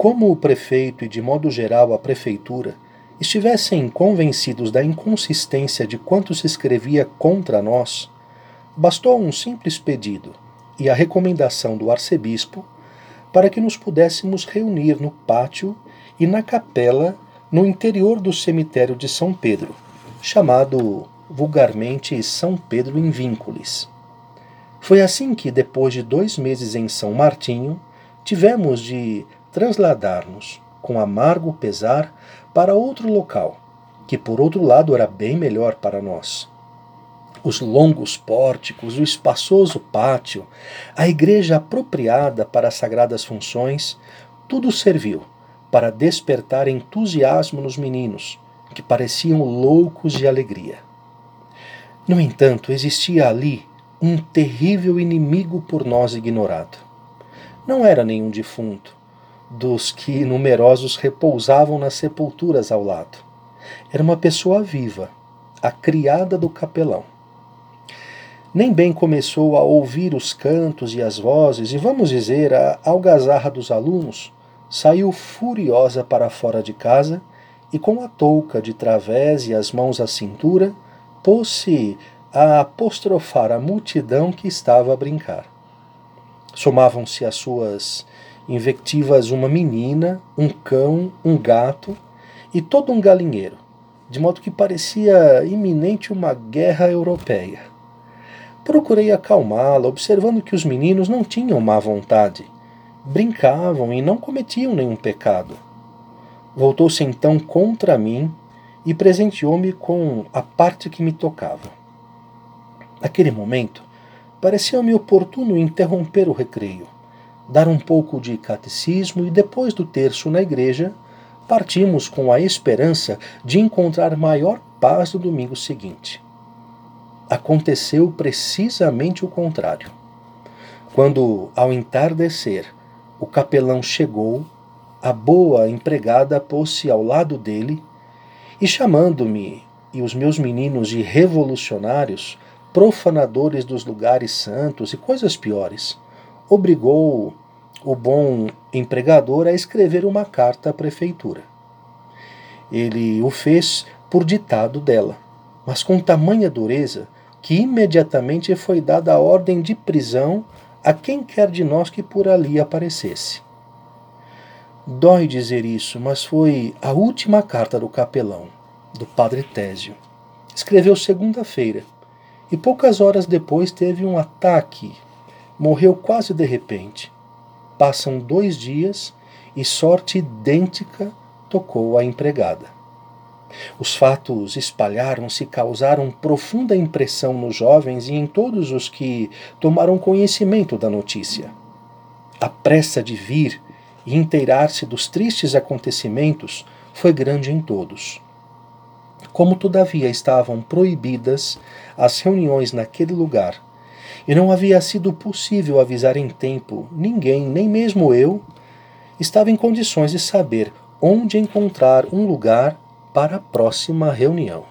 como o prefeito e, de modo geral, a prefeitura estivessem convencidos da inconsistência de quanto se escrevia contra nós, bastou um simples pedido e a recomendação do arcebispo para que nos pudéssemos reunir no pátio e na capela no interior do cemitério de São Pedro, chamado vulgarmente São Pedro em Vínculis. Foi assim que, depois de 2 meses em São Martinho, tivemos de trasladar-nos, com amargo pesar, para outro local, que por outro lado era bem melhor para nós. Os longos pórticos, o espaçoso pátio, a igreja apropriada para as sagradas funções, tudo serviu para despertar entusiasmo nos meninos, que pareciam loucos de alegria. No entanto, existia ali um terrível inimigo por nós ignorado. Não era nenhum defunto, dos que numerosos repousavam nas sepulturas ao lado. Era uma pessoa viva, a criada do capelão. Nem bem começou a ouvir os cantos e as vozes, e vamos dizer, a algazarra dos alunos, saiu furiosa para fora de casa e, com a touca de través e as mãos à cintura, pôs-se a apostrofar a multidão que estava a brincar. Somavam-se às suas invectivas uma menina, um cão, um gato e todo um galinheiro, de modo que parecia iminente uma guerra europeia. Procurei acalmá-la, observando que os meninos não tinham má vontade, brincavam e não cometiam nenhum pecado. Voltou-se então contra mim e presenteou-me com a parte que me tocava. Naquele momento, pareceu-me oportuno interromper o recreio, dar um pouco de catecismo e, depois do terço na igreja, partimos com a esperança de encontrar maior paz no domingo seguinte. Aconteceu precisamente o contrário. Quando, ao entardecer, o capelão chegou, a boa empregada pôs-se ao lado dele e, chamando-me e os meus meninos de revolucionários, profanadores dos lugares santos e coisas piores, obrigou o bom empregador a escrever uma carta à prefeitura. Ele o fez por ditado dela, mas com tamanha dureza que imediatamente foi dada a ordem de prisão a quem quer de nós que por ali aparecesse. Dói dizer isso, mas foi a última carta do capelão, do padre Tésio. Escreveu segunda-feira, e poucas horas depois teve um ataque. Morreu quase de repente. Passam 2 dias e sorte idêntica tocou a empregada. Os fatos espalharam-se e causaram profunda impressão nos jovens e em todos os que tomaram conhecimento da notícia. A pressa de vir e inteirar-se dos tristes acontecimentos foi grande em todos. Como todavia estavam proibidas as reuniões naquele lugar, e não havia sido possível avisar em tempo ninguém, nem mesmo eu, estava em condições de saber onde encontrar um lugar para a próxima reunião.